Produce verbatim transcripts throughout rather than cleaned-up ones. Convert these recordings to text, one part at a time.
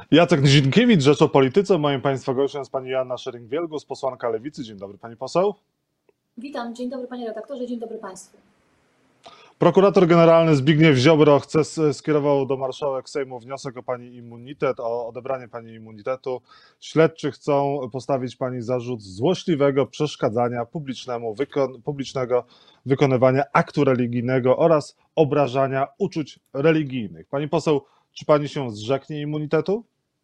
Jacek Nizinkiewicz, Rzecz o Polityce. Moim Państwa gościem jest pani Joanna Scheuring-Wielgus, posłanka Lewicy. Dzień dobry, pani poseł. Witam, dzień dobry panie redaktorze, dzień dobry państwu. Prokurator generalny Zbigniew Ziobro chce, skierował do marszałek Sejmu wniosek o pani immunitet, o odebranie pani immunitetu. Śledczy chcą postawić pani zarzut złośliwego przeszkadzania publicznemu, wykon, publicznego wykonywania aktu religijnego oraz obrażania uczuć religijnych. Pani poseł, czy pani się zrzeknie immunitetu?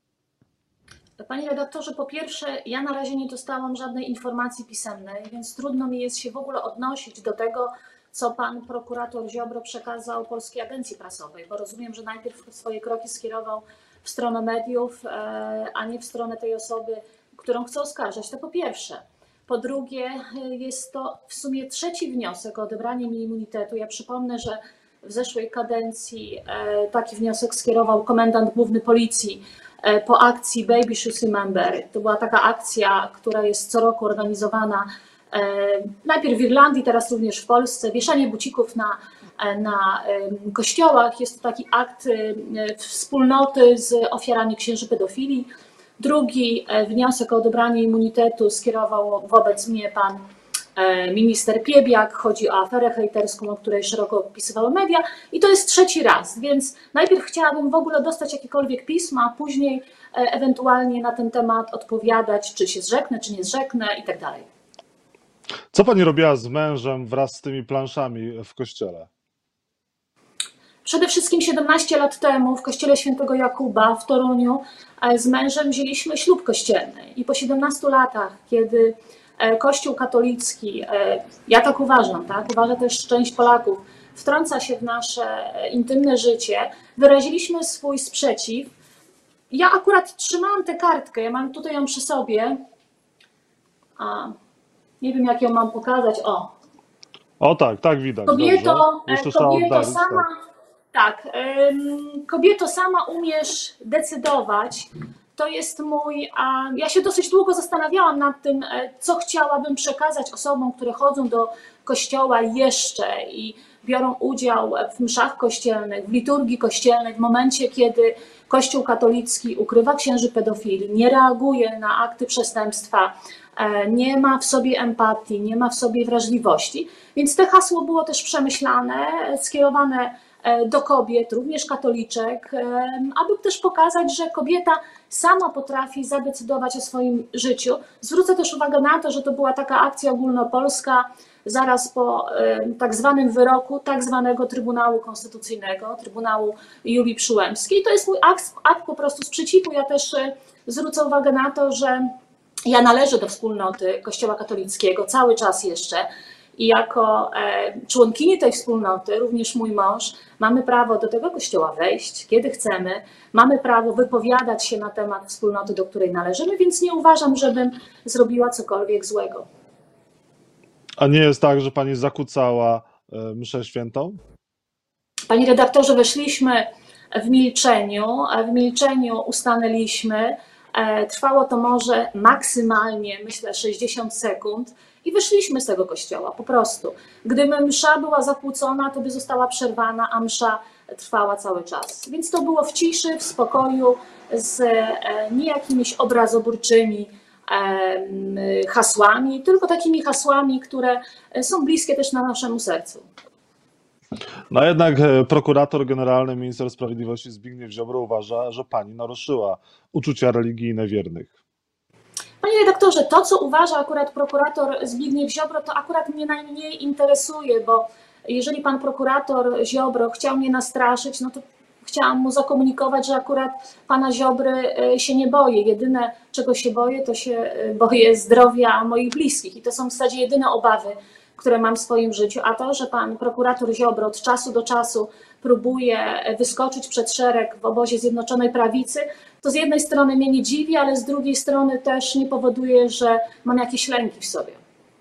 Panie redaktorze, po pierwsze, ja na razie nie dostałam żadnej informacji pisemnej, więc trudno mi jest się w ogóle odnosić do tego, co pan prokurator Ziobro przekazał Polskiej Agencji Prasowej, bo rozumiem, że najpierw swoje kroki skierował w stronę mediów, a nie w stronę tej osoby, którą chce oskarżać. To po pierwsze. Po drugie, jest to w sumie trzeci wniosek o odebranie mi immunitetu. Ja przypomnę, że w zeszłej kadencji taki wniosek skierował komendant główny policji po akcji Baby Shoes Remember. To była taka akcja, która jest co roku organizowana najpierw w Irlandii, teraz również w Polsce. Wieszanie bucików na, na kościołach. Jest to taki akt wspólnoty z ofiarami księży pedofilii. Drugi wniosek o odebranie immunitetu skierował wobec mnie pan minister Piebiak. Chodzi o aferę hejterską, o której szeroko opisywały media. I to jest trzeci raz, więc najpierw chciałabym w ogóle dostać jakiekolwiek pisma, a później ewentualnie na ten temat odpowiadać, czy się zrzeknę, czy nie zrzeknę i tak dalej. Co pani robiła z mężem wraz z tymi planszami w kościele? Przede wszystkim siedemnaście lat temu w kościele Świętego Jakuba w Toruniu z mężem wzięliśmy ślub kościelny i po siedemnastu latach, kiedy Kościół katolicki, ja tak uważam, tak, uważa też część Polaków, wtrąca się w nasze intymne życie, wyraziliśmy swój sprzeciw. Ja akurat trzymałam tę kartkę, ja mam tutaj ją przy sobie, a nie wiem jak ją mam pokazać, o. O tak, tak widać. Kobieto, kobieto oddalić, sama, tak, tak kobieto sama umiesz decydować. To jest mój, a ja się dosyć długo zastanawiałam nad tym, co chciałabym przekazać osobom, które chodzą do kościoła jeszcze i biorą udział w mszach kościelnych, w liturgii kościelnej, w momencie, kiedy Kościół katolicki ukrywa księży pedofili, nie reaguje na akty przestępstwa, nie ma w sobie empatii, nie ma w sobie wrażliwości. Więc to hasło było też przemyślane, skierowane do kobiet, również katoliczek, aby też pokazać, że kobieta sama potrafi zadecydować o swoim życiu. Zwrócę też uwagę na to, że to była taka akcja ogólnopolska zaraz po tak zwanym wyroku tak zwanego Trybunału Konstytucyjnego, Trybunału Julii Przyłębskiej. To jest mój akt, akt po prostu sprzeciwu. Ja też zwrócę uwagę na to, że ja należę do wspólnoty Kościoła katolickiego cały czas jeszcze. I jako członkini tej wspólnoty, również mój mąż, mamy prawo do tego kościoła wejść, kiedy chcemy. Mamy prawo wypowiadać się na temat wspólnoty, do której należymy, więc nie uważam, żebym zrobiła cokolwiek złego. A nie jest tak, że pani zakłócała mszę świętą? Panie redaktorze, weszliśmy w milczeniu, w milczeniu ustanęliśmy. Trwało to może maksymalnie, myślę, sześćdziesiąt sekund i wyszliśmy z tego kościoła, po prostu. Gdyby msza była zakłócona, to by została przerwana, a msza trwała cały czas. Więc to było w ciszy, w spokoju, z nie jakimiś obrazoburczymi hasłami, tylko takimi hasłami, które są bliskie też na naszemu sercu. No jednak prokurator generalny, minister sprawiedliwości Zbigniew Ziobro uważa, że pani naruszyła uczucia religijne wiernych. Panie redaktorze, to co uważa akurat prokurator Zbigniew Ziobro, to akurat mnie najmniej interesuje, bo jeżeli pan prokurator Ziobro chciał mnie nastraszyć, no to chciałam mu zakomunikować, że akurat pana Ziobry się nie boję. Jedyne, czego się boję, to się boję zdrowia moich bliskich i to są w zasadzie jedyne obawy, które mam w swoim życiu, a to, że pan prokurator Ziobro od czasu do czasu próbuje wyskoczyć przed szereg w obozie Zjednoczonej Prawicy, to z jednej strony mnie nie dziwi, ale z drugiej strony też nie powoduje, że mam jakieś lęki w sobie.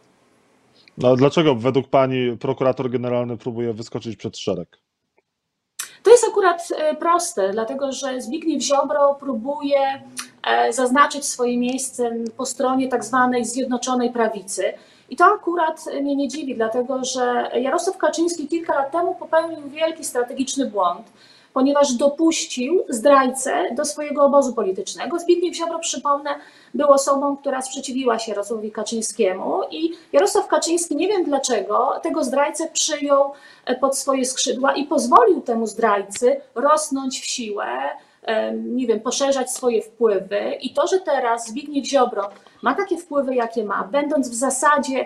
No, dlaczego według pani prokurator generalny próbuje wyskoczyć przed szereg? To jest akurat proste, dlatego że Zbigniew Ziobro próbuje zaznaczyć swoje miejsce po stronie tak zwanej Zjednoczonej Prawicy. I to akurat mnie nie dziwi, dlatego że Jarosław Kaczyński kilka lat temu popełnił wielki strategiczny błąd, ponieważ dopuścił zdrajcę do swojego obozu politycznego. Zbigniew Ziobro, przypomnę, był osobą, która sprzeciwiła się Jarosławowi Kaczyńskiemu i Jarosław Kaczyński, nie wiem dlaczego, tego zdrajcę przyjął pod swoje skrzydła i pozwolił temu zdrajcy rosnąć w siłę, nie wiem, poszerzać swoje wpływy. I to, że teraz Zbigniew Ziobro ma takie wpływy, jakie ma, będąc w zasadzie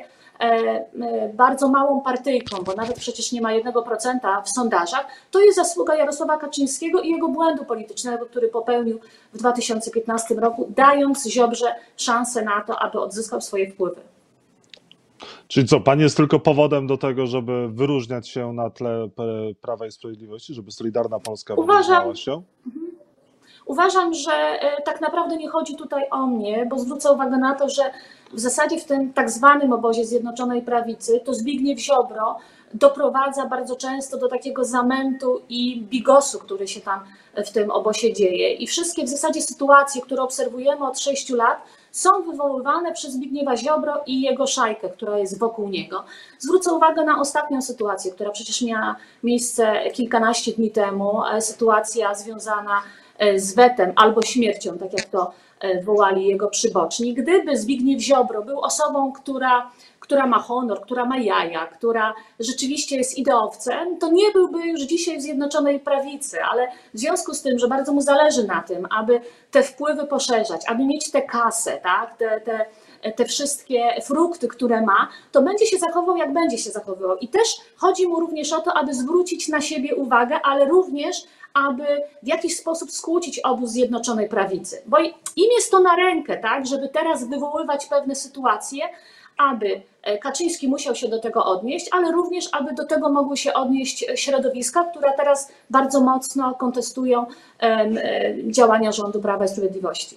bardzo małą partyjką, bo nawet przecież nie ma jednego procenta w sondażach, to jest zasługa Jarosława Kaczyńskiego i jego błędu politycznego, który popełnił w dwa tysiące piętnastym roku, dając Ziobrze szansę na to, aby odzyskał swoje wpływy. Czyli co, pani jest tylko powodem do tego, żeby wyróżniać się na tle Prawa i Sprawiedliwości, żeby Solidarna Polska wyróżniała się? Uważam, że tak naprawdę nie chodzi tutaj o mnie, bo zwrócę uwagę na to, że w zasadzie w tym tak zwanym obozie Zjednoczonej Prawicy to Zbigniew Ziobro doprowadza bardzo często do takiego zamętu i bigosu, który się tam w tym obozie dzieje. I wszystkie w zasadzie sytuacje, które obserwujemy od sześciu lat, są wywoływane przez Zbigniewa Ziobro i jego szajkę, która jest wokół niego. Zwrócę uwagę na ostatnią sytuację, która przecież miała miejsce kilkanaście dni temu, sytuacja związana z wetem albo śmiercią, tak jak to wołali jego przyboczni. Gdyby Zbigniew Ziobro był osobą, która, która ma honor, która ma jaja, która rzeczywiście jest ideowcem, to nie byłby już dzisiaj w Zjednoczonej Prawicy, ale w związku z tym, że bardzo mu zależy na tym, aby te wpływy poszerzać, aby mieć tę kasę, tak, te, te, te wszystkie frukty, które ma, to będzie się zachowywał, jak będzie się zachowywał. I też chodzi mu również o to, aby zwrócić na siebie uwagę, ale również aby w jakiś sposób skłócić obóz Zjednoczonej Prawicy. Bo im jest to na rękę, tak, żeby teraz wywoływać pewne sytuacje, aby Kaczyński musiał się do tego odnieść, ale również aby do tego mogły się odnieść środowiska, które teraz bardzo mocno kontestują działania rządu Prawa i Sprawiedliwości.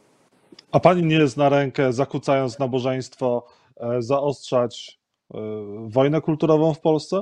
A pani nie jest na rękę, zakłócając nabożeństwo, zaostrzać wojnę kulturową w Polsce?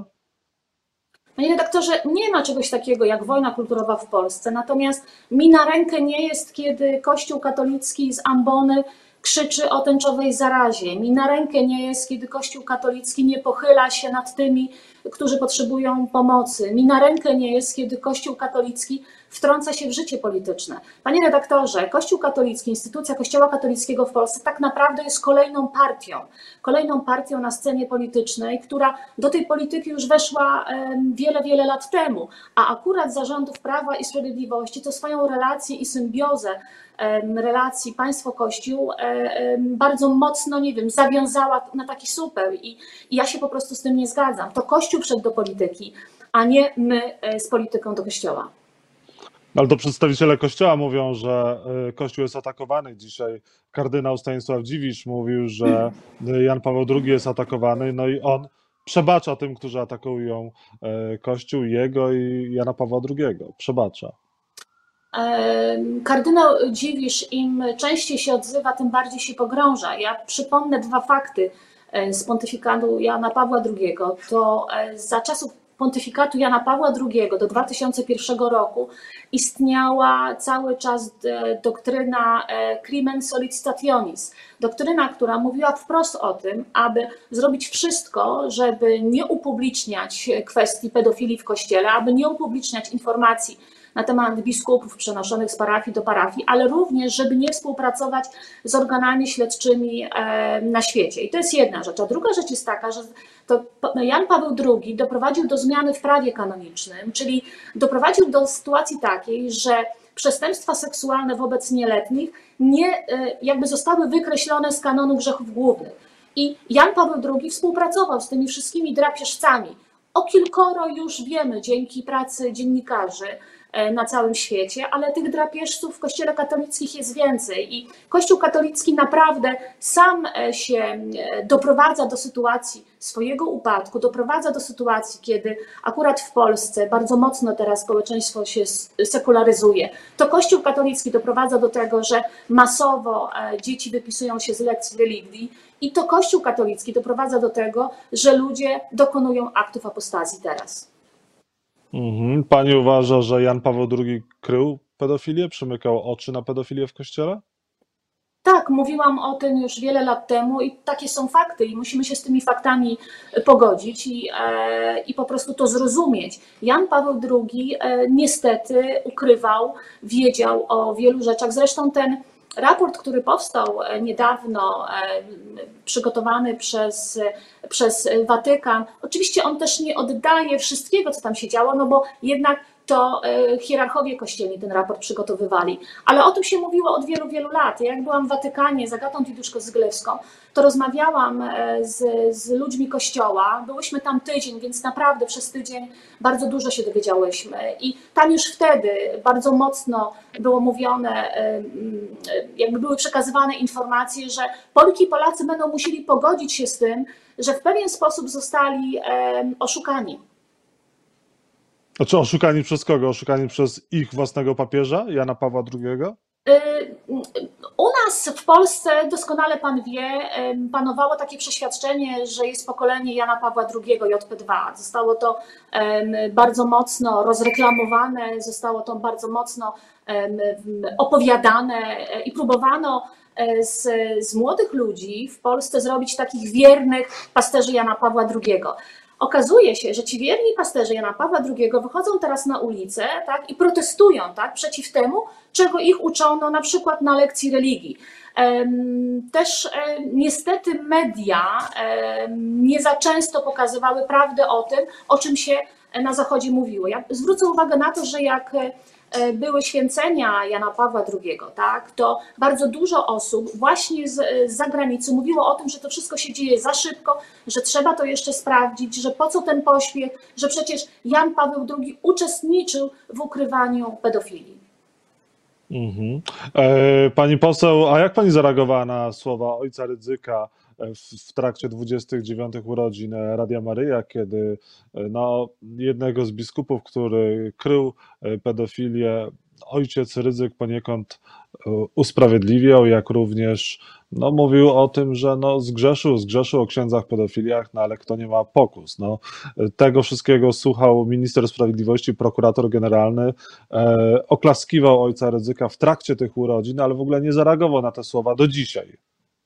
Panie redaktorze, nie ma czegoś takiego jak wojna kulturowa w Polsce, natomiast mi na rękę nie jest, kiedy Kościół katolicki z ambony krzyczy o tęczowej zarazie. Mi na rękę nie jest, kiedy Kościół katolicki nie pochyla się nad tymi, którzy potrzebują pomocy. Mi na rękę nie jest, kiedy Kościół katolicki wtrąca się w życie polityczne. Panie redaktorze, Kościół katolicki, instytucja Kościoła katolickiego w Polsce tak naprawdę jest kolejną partią, kolejną partią na scenie politycznej, która do tej polityki już weszła wiele, wiele lat temu, a akurat za rządów Prawa i Sprawiedliwości to swoją relację i symbiozę relacji państwo-kościół bardzo mocno, nie wiem, zawiązała na taki super i, i ja się po prostu z tym nie zgadzam. To Kościół wszedł do polityki, a nie my z polityką do Kościoła. Ale to przedstawiciele Kościoła mówią, że Kościół jest atakowany. Dzisiaj kardynał Stanisław Dziwisz mówił, że Jan Paweł drugi jest atakowany, no i on przebacza tym, którzy atakują Kościół, jego i Jana Pawła drugiego. Przebacza. Kardynał Dziwisz im częściej się odzywa, tym bardziej się pogrąża. Ja przypomnę dwa fakty z pontyfikatu Jana Pawła drugiego. To za czasów pontyfikatu Jana Pawła drugiego do dwa tysiące pierwszego roku istniała cały czas doktryna crimen sollicitationis. Doktryna, która mówiła wprost o tym, aby zrobić wszystko, żeby nie upubliczniać kwestii pedofilii w Kościele, aby nie upubliczniać informacji na temat biskupów przenoszonych z parafii do parafii, ale również, żeby nie współpracować z organami śledczymi na świecie. I to jest jedna rzecz. A druga rzecz jest taka, że to Jan Paweł drugi doprowadził do zmiany w prawie kanonicznym, czyli doprowadził do sytuacji takiej, że przestępstwa seksualne wobec nieletnich nie jakby zostały wykreślone z kanonu grzechów głównych. I Jan Paweł drugi współpracował z tymi wszystkimi drapieżcami. O kilkoro już wiemy dzięki pracy dziennikarzy na całym świecie, ale tych drapieżców w Kościele katolickim jest więcej i Kościół katolicki naprawdę sam się doprowadza do sytuacji swojego upadku, doprowadza do sytuacji, kiedy akurat w Polsce bardzo mocno teraz społeczeństwo się sekularyzuje. To Kościół katolicki doprowadza do tego, że masowo dzieci wypisują się z lekcji religii i to Kościół katolicki doprowadza do tego, że ludzie dokonują aktów apostazji teraz. Mhm. Pani uważa, że Jan Paweł drugi krył pedofilię, przymykał oczy na pedofilię w Kościele? Tak, mówiłam o tym już wiele lat temu i takie są fakty i musimy się z tymi faktami pogodzić i, e, i po prostu to zrozumieć. Jan Paweł drugi e, niestety ukrywał, wiedział o wielu rzeczach. Zresztą ten raport, który powstał niedawno, e, przygotowany przez, przez Watykan, oczywiście on też nie oddaje wszystkiego, co tam się działo, no bo jednak to hierarchowie kościelni ten raport przygotowywali. Ale o tym się mówiło od wielu, wielu lat. Ja jak byłam w Watykanie z Agatą Tiduszko-Zglewską, to rozmawiałam z, z ludźmi kościoła. Byłyśmy tam tydzień, więc naprawdę przez tydzień bardzo dużo się dowiedziałyśmy. I tam już wtedy bardzo mocno było mówione, jakby były przekazywane informacje, że Polki i Polacy będą musieli pogodzić się z tym, że w pewien sposób zostali oszukani. Znaczy oszukani przez kogo? Oszukani przez ich własnego papieża, Jana Pawła drugiego? U nas w Polsce, doskonale pan wie, panowało takie przeświadczenie, że jest pokolenie Jana Pawła drugiego, J P dwa. Zostało to bardzo mocno rozreklamowane, zostało to bardzo mocno opowiadane i próbowano z, z młodych ludzi w Polsce zrobić takich wiernych pasterzy Jana Pawła drugiego. Okazuje się, że ci wierni pasterze Jana Pawła drugiego wychodzą teraz na ulicę, tak, i protestują, tak, przeciw temu, czego ich uczono na przykład na lekcji religii. Też niestety media nie za często pokazywały prawdę o tym, o czym się na Zachodzie mówiło. Ja zwrócę uwagę na to, że jak były święcenia Jana Pawła drugiego, tak, to bardzo dużo osób właśnie z, z zagranicy mówiło o tym, że to wszystko się dzieje za szybko, że trzeba to jeszcze sprawdzić, że po co ten pośpiech, że przecież Jan Paweł drugi uczestniczył w ukrywaniu pedofilii. Mhm. Pani poseł, a jak pani zareagowała na słowa ojca Rydzyka w, w trakcie dwudziestych dziewiątych urodzin Radia Maryja, kiedy no, jednego z biskupów, który krył pedofilię, ojciec Rydzyk poniekąd usprawiedliwiał, jak również no, mówił o tym, że no, zgrzeszył, zgrzeszył o księdzach pedofiliach, no ale kto nie ma pokus. No, tego wszystkiego słuchał minister sprawiedliwości, prokurator generalny, e, oklaskiwał ojca Rydzyka w trakcie tych urodzin, ale w ogóle nie zareagował na te słowa do dzisiaj.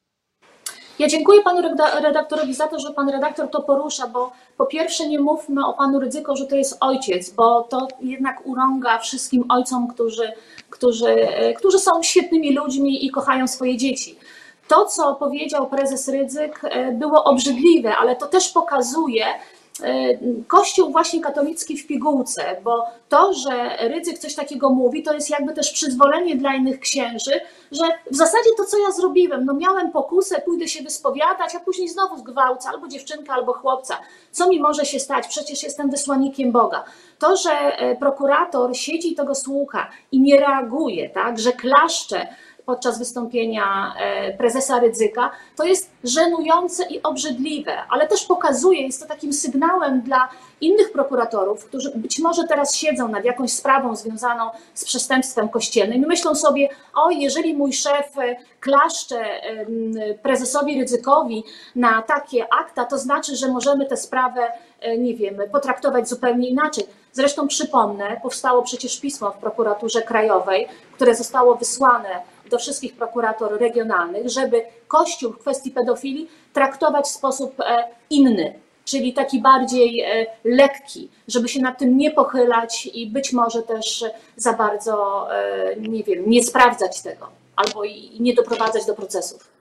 Ja dziękuję panu redaktorowi za to, że pan redaktor to porusza, bo po pierwsze nie mówmy o panu Rydzyku, że to jest ojciec, bo to jednak urąga wszystkim ojcom, którzy, którzy, którzy są świetnymi ludźmi i kochają swoje dzieci. To, co powiedział prezes Rydzyk, było obrzydliwe, ale to też pokazuje Kościół właśnie katolicki w pigułce, bo to, że Rydzyk coś takiego mówi, to jest jakby też przyzwolenie dla innych księży, że w zasadzie to, co ja zrobiłem, no miałem pokusę, pójdę się wyspowiadać, a później znowu zgwałcę albo dziewczynka, albo chłopca. Co mi może się stać? Przecież jestem wysłannikiem Boga. To, że prokurator siedzi i tego słucha i nie reaguje, tak, że klaszcze podczas wystąpienia prezesa Rydzyka, to jest żenujące i obrzydliwe, ale też pokazuje, jest to takim sygnałem dla innych prokuratorów, którzy być może teraz siedzą nad jakąś sprawą związaną z przestępstwem kościelnym i myślą sobie, o, jeżeli mój szef klaszcze prezesowi Rydzykowi na takie akta, to znaczy, że możemy tę sprawę, nie wiem, potraktować zupełnie inaczej. Zresztą przypomnę, powstało przecież pismo w prokuraturze krajowej, które zostało wysłane do wszystkich prokuratur regionalnych, żeby Kościół w kwestii pedofilii traktować w sposób inny, czyli taki bardziej lekki, żeby się nad tym nie pochylać i być może też za bardzo, nie wiem, nie sprawdzać tego albo i nie doprowadzać do procesów.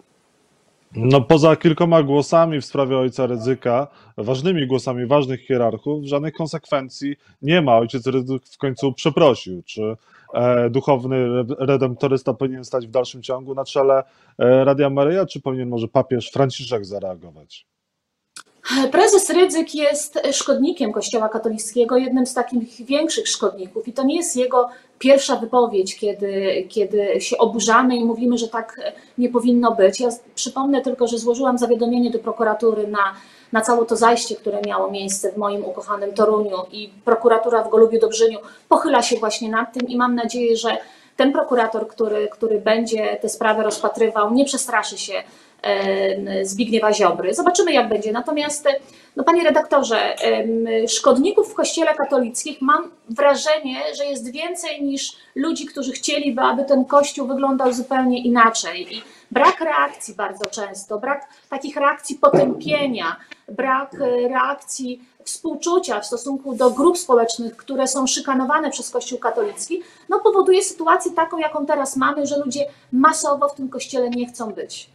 No poza kilkoma głosami w sprawie ojca Rydzyka, ważnymi głosami ważnych hierarchów, żadnych konsekwencji nie ma. Ojciec Rydzyk w końcu przeprosił. Czy e, duchowny redemptorysta powinien stać w dalszym ciągu na czele e, Radia Maryja, czy powinien może papież Franciszek zareagować? Prezes Rydzyk jest szkodnikiem Kościoła katolickiego, jednym z takich większych szkodników i to nie jest jego pierwsza wypowiedź, kiedy, kiedy się oburzamy i mówimy, że tak nie powinno być. Ja przypomnę tylko, że złożyłam zawiadomienie do prokuratury na, na całe to zajście, które miało miejsce w moim ukochanym Toruniu i prokuratura w Golubiu Dobrzyniu pochyla się właśnie nad tym i mam nadzieję, że ten prokurator, który, który będzie tę sprawę rozpatrywał, nie przestraszy się Zbigniewa Ziobry. Zobaczymy, jak będzie. Natomiast, no, panie redaktorze, szkodników w Kościele katolickim mam wrażenie, że jest więcej niż ludzi, którzy chcieliby, aby ten Kościół wyglądał zupełnie inaczej. I brak reakcji bardzo często, brak takich reakcji potępienia, brak reakcji współczucia w stosunku do grup społecznych, które są szykanowane przez Kościół katolicki, no, powoduje sytuację taką, jaką teraz mamy, że ludzie masowo w tym Kościele nie chcą być.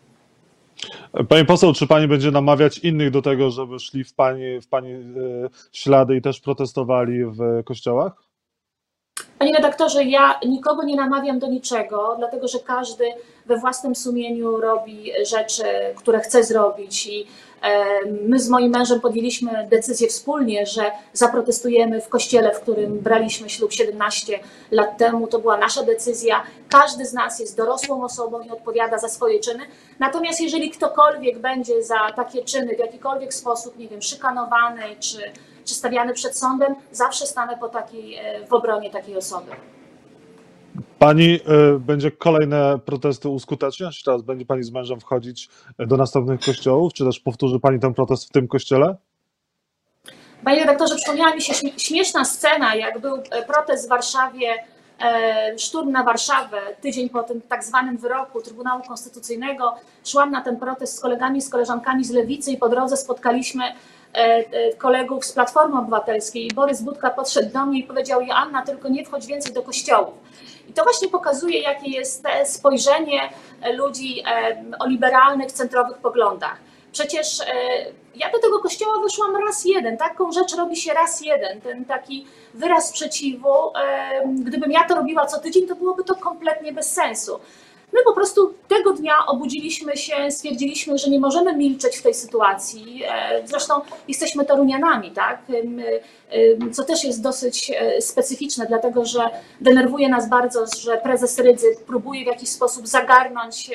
Pani poseł, czy pani będzie namawiać innych do tego, żeby szli w pani, w pani ślady i też protestowali w kościołach? Panie redaktorze, ja nikogo nie namawiam do niczego, dlatego że każdy we własnym sumieniu robi rzeczy, które chce zrobić i my z moim mężem podjęliśmy decyzję wspólnie, że zaprotestujemy w kościele, w którym braliśmy ślub siedemnaście lat temu. To była nasza decyzja. Każdy z nas jest dorosłą osobą i odpowiada za swoje czyny. Natomiast jeżeli ktokolwiek będzie za takie czyny w jakikolwiek sposób, nie wiem, szykanowany czy, czy stawiany przed sądem, zawsze stanę po takiej, w obronie takiej osoby. Pani y, będzie kolejne protesty uskuteczniać? Teraz będzie pani z mężem wchodzić do następnych kościołów? Czy też powtórzy pani ten protest w tym kościele? Panie redaktorze, przypomniała mi się śmieszna scena, jak był protest w Warszawie, e, szturm na Warszawę, tydzień po tym tak zwanym wyroku Trybunału Konstytucyjnego. Szłam na ten protest z kolegami, z koleżankami z Lewicy i po drodze spotkaliśmy kolegów z Platformy Obywatelskiej. Borys Budka podszedł do mnie i powiedział: Joanna, tylko nie wchodź więcej do kościołów. I to właśnie pokazuje, jakie jest spojrzenie ludzi o liberalnych, centrowych poglądach. Przecież ja do tego kościoła wyszłam raz jeden, taką rzecz robi się raz jeden, ten taki wyraz sprzeciwu. Gdybym ja to robiła co tydzień, to byłoby to kompletnie bez sensu. My po prostu tego dnia obudziliśmy się, stwierdziliśmy, że nie możemy milczeć w tej sytuacji. Zresztą jesteśmy torunianami, tak? Co też jest dosyć specyficzne, dlatego że denerwuje nas bardzo, że prezes Rydzyk próbuje w jakiś sposób zagarnąć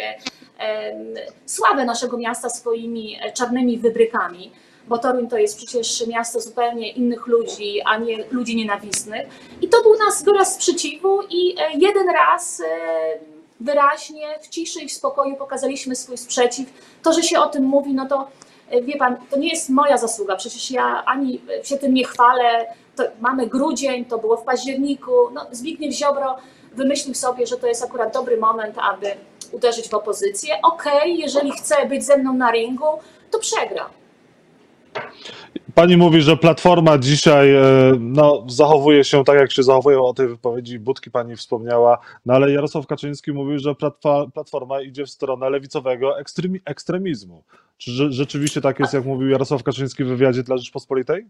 sławę naszego miasta swoimi czarnymi wybrykami, bo Toruń to jest przecież miasto zupełnie innych ludzi, a nie ludzi nienawistnych. I to był nas wyraz sprzeciwu i jeden raz wyraźnie, w ciszy i w spokoju pokazaliśmy swój sprzeciw. To, że się o tym mówi, no to wie pan, to nie jest moja zasługa. Przecież ja ani się tym nie chwalę. To mamy grudzień, to było w październiku. No, Zbigniew Ziobro wymyślił sobie, że to jest akurat dobry moment, aby uderzyć w opozycję. Okej, okay, jeżeli chce być ze mną na ringu, to przegra. Pani mówi, że Platforma dzisiaj no, zachowuje się tak, jak się zachowuje. O tej wypowiedzi Budki pani wspomniała, no ale Jarosław Kaczyński mówił, że Platforma idzie w stronę lewicowego ekstremizmu. Czy rzeczywiście tak jest, jak mówił Jarosław Kaczyński w wywiadzie dla Rzeczpospolitej?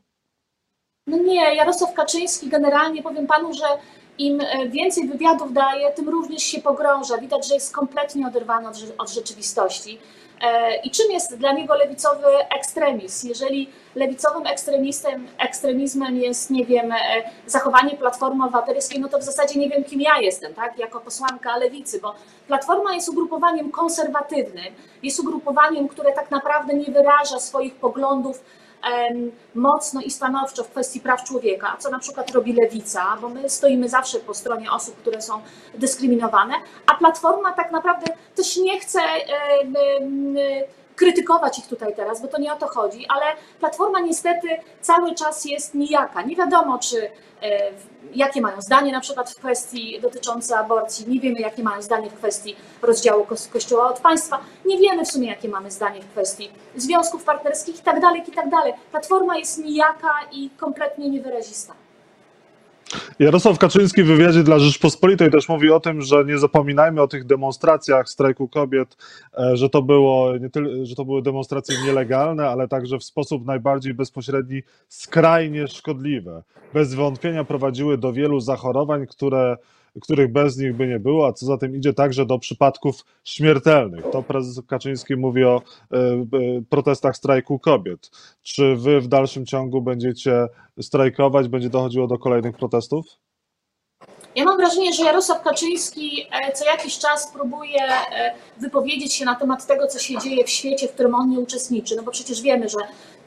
No nie, Jarosław Kaczyński generalnie, powiem panu, że im więcej wywiadów daje, tym również się pogrąża. Widać, że jest kompletnie oderwany od, od rzeczywistości. I czym jest dla niego lewicowy ekstremizm? Jeżeli lewicowym ekstremistem, ekstremizmem jest, nie wiem, zachowanie Platformy Obywatelskiej, no to w zasadzie nie wiem, kim ja jestem, tak, jako posłanka lewicy, bo Platforma jest ugrupowaniem konserwatywnym, jest ugrupowaniem, które tak naprawdę nie wyraża swoich poglądów mocno i stanowczo w kwestii praw człowieka, co na przykład robi Lewica, bo my stoimy zawsze po stronie osób, które są dyskryminowane, a Platforma tak naprawdę też nie chce krytykować ich tutaj teraz, bo to nie o to chodzi, ale Platforma niestety cały czas jest nijaka. Nie wiadomo, czy jakie mają zdanie na przykład w kwestii dotyczącej aborcji, nie wiemy, jakie mają zdanie w kwestii rozdziału Kościoła od państwa, nie wiemy w sumie, jakie mamy zdanie w kwestii związków partnerskich i tak dalej, i tak dalej. Platforma jest nijaka i kompletnie niewyrazista. Jarosław Kaczyński w wywiadzie dla Rzeczpospolitej też mówi o tym, że nie zapominajmy o tych demonstracjach strajku kobiet, że to, było nie tyle, że to były demonstracje nielegalne, ale także w sposób najbardziej bezpośredni skrajnie szkodliwe. Bez wątpienia prowadziły do wielu zachorowań, które, których bez nich by nie było, a co za tym idzie także do przypadków śmiertelnych. To prezes Kaczyński mówi o y, y, protestach strajku kobiet. Czy wy w dalszym ciągu będziecie strajkować, będzie dochodziło do kolejnych protestów? Ja mam wrażenie, że Jarosław Kaczyński co jakiś czas próbuje wypowiedzieć się na temat tego, co się dzieje w świecie, w którym on nie uczestniczy. No bo przecież wiemy, że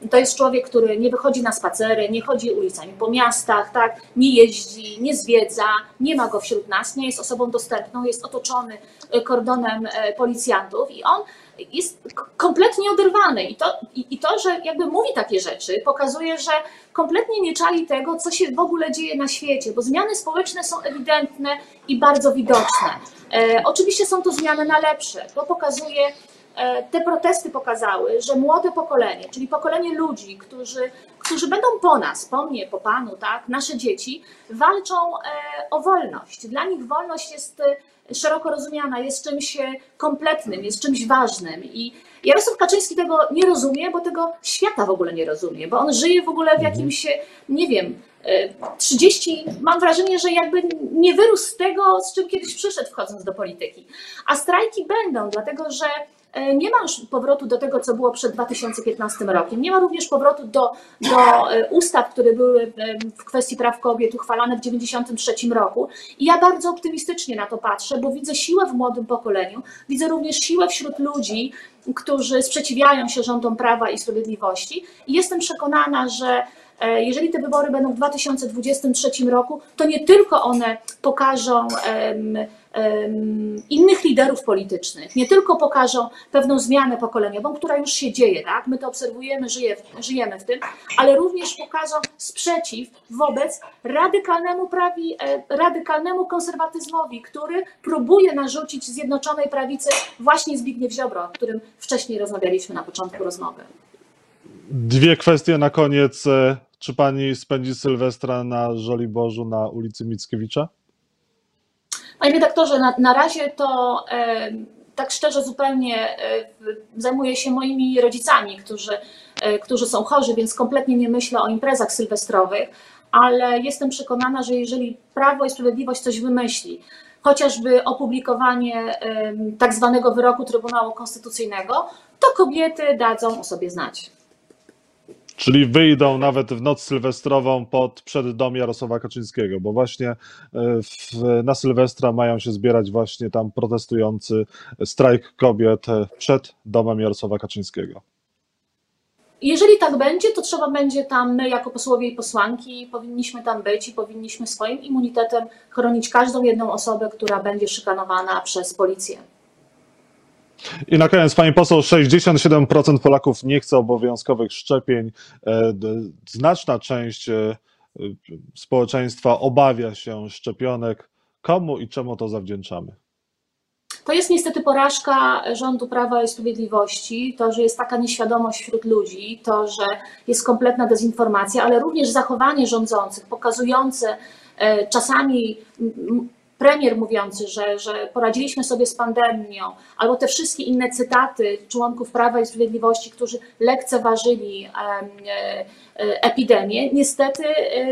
To jest człowiek, który nie wychodzi na spacery, nie chodzi ulicami po miastach, tak? Nie jeździ, nie zwiedza, nie ma go wśród nas, nie jest osobą dostępną, jest otoczony kordonem policjantów i on jest kompletnie oderwany. I to, i, i to, że jakby mówi takie rzeczy, pokazuje, że kompletnie nie czai tego, co się w ogóle dzieje na świecie, bo zmiany społeczne są ewidentne i bardzo widoczne. E, oczywiście są to zmiany na lepsze, to pokazuje, te protesty pokazały, że młode pokolenie, czyli pokolenie ludzi, którzy, którzy będą po nas, po mnie, po panu, tak, nasze dzieci, walczą o wolność. Dla nich wolność jest szeroko rozumiana, jest czymś kompletnym, jest czymś ważnym. I Jarosław Kaczyński tego nie rozumie, bo tego świata w ogóle nie rozumie, bo on żyje w ogóle w jakimś, nie wiem, trzydzieści, mam wrażenie, że jakby nie wyrósł z tego, z czym kiedyś przyszedł, wchodząc do polityki. A strajki będą, dlatego że nie ma już powrotu do tego, co było przed dwa tysiące piętnastym rokiem. Nie ma również powrotu do, do ustaw, które były w kwestii praw kobiet uchwalane w dziewięćdziesiątym trzecim roku. I ja bardzo optymistycznie na to patrzę, bo widzę siłę w młodym pokoleniu, widzę również siłę wśród ludzi, którzy sprzeciwiają się rządom Prawa i Sprawiedliwości. I jestem przekonana, że jeżeli te wybory będą w dwa tysiące dwudziestym trzecim roku, to nie tylko one pokażą um, um, innych liderów politycznych, nie tylko pokażą pewną zmianę pokoleniową, która już się dzieje, tak? My to obserwujemy, żyje, żyjemy w tym, ale również pokażą sprzeciw wobec radykalnemu, prawi, radykalnemu konserwatyzmowi, który próbuje narzucić Zjednoczonej Prawicy właśnie Zbigniew Ziobro, o którym wcześniej rozmawialiśmy na początku rozmowy. Dwie kwestie na koniec. Czy pani spędzi Sylwestra na Żoliborzu na ulicy Mickiewicza? Panie redaktorze, na, na razie to e, tak szczerze zupełnie e, zajmuję się moimi rodzicami, którzy, e, którzy są chorzy, więc kompletnie nie myślę o imprezach sylwestrowych, ale jestem przekonana, że jeżeli Prawo i Sprawiedliwość coś wymyśli, chociażby opublikowanie e, tak zwanego wyroku Trybunału Konstytucyjnego, to kobiety dadzą o sobie znać. Czyli wyjdą nawet w noc sylwestrową pod przed dom Jarosława Kaczyńskiego, bo właśnie w, na Sylwestra mają się zbierać właśnie tam protestujący, strajk kobiet przed domem Jarosława Kaczyńskiego. Jeżeli tak będzie, to trzeba będzie tam, my jako posłowie i posłanki powinniśmy tam być i powinniśmy swoim immunitetem chronić każdą jedną osobę, która będzie szykanowana przez policję. I na koniec, pani poseł, sześćdziesiąt siedem procent Polaków nie chce obowiązkowych szczepień. Znaczna część społeczeństwa obawia się szczepionek. Komu i czemu to zawdzięczamy? To jest niestety porażka rządu Prawa i Sprawiedliwości, to, że jest taka nieświadomość wśród ludzi, to, że jest kompletna dezinformacja, ale również zachowanie rządzących pokazujące czasami premier mówiący, że, że poradziliśmy sobie z pandemią, albo te wszystkie inne cytaty członków Prawa i Sprawiedliwości, którzy lekceważyli epidemię. Niestety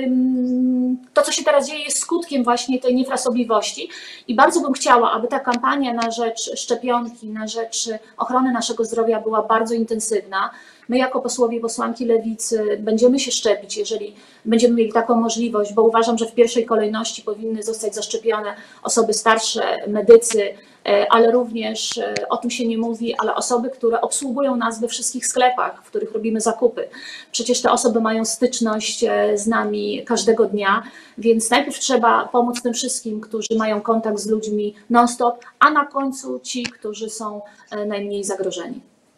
to, co się teraz dzieje, jest skutkiem właśnie tej niefrasobliwości i bardzo bym chciała, aby ta kampania na rzecz szczepionki, na rzecz ochrony naszego zdrowia była bardzo intensywna. My jako posłowie i posłanki Lewicy będziemy się szczepić, jeżeli będziemy mieli taką możliwość, bo uważam, że w pierwszej kolejności powinny zostać zaszczepione osoby starsze, medycy, ale również, o tym się nie mówi, ale osoby, które obsługują nas we wszystkich sklepach, w których robimy zakupy. Przecież te osoby mają styczność z nami każdego dnia, więc najpierw trzeba pomóc tym wszystkim, którzy mają kontakt z ludźmi non-stop, a na końcu ci, którzy są najmniej zagrożeni.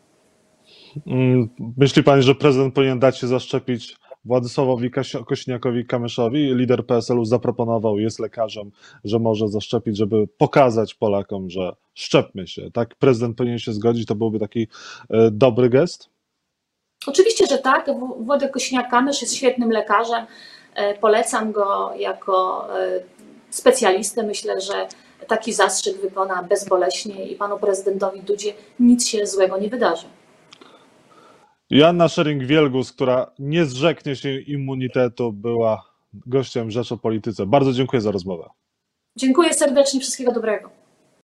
Myśli pani, że prezydent powinien dać się zaszczepić Władysławowi Kosiniakowi-Kamyszowi? Lider P S L u zaproponował, jest lekarzem, że może zaszczepić, żeby pokazać Polakom, że szczepmy się. Tak? Prezydent powinien się zgodzić, to byłby taki dobry gest? Oczywiście, że tak. Władek Kosiniak-Kamysz jest świetnym lekarzem. Polecam go jako specjalistę. Myślę, że taki zastrzyk wykona bezboleśnie i panu prezydentowi Dudzie nic się złego nie wydarzy. Joanna Scheuring-Wielgus, która nie zrzeknie się immunitetu, była gościem Rzecz o Polityce. Bardzo dziękuję za rozmowę. Dziękuję serdecznie, wszystkiego dobrego.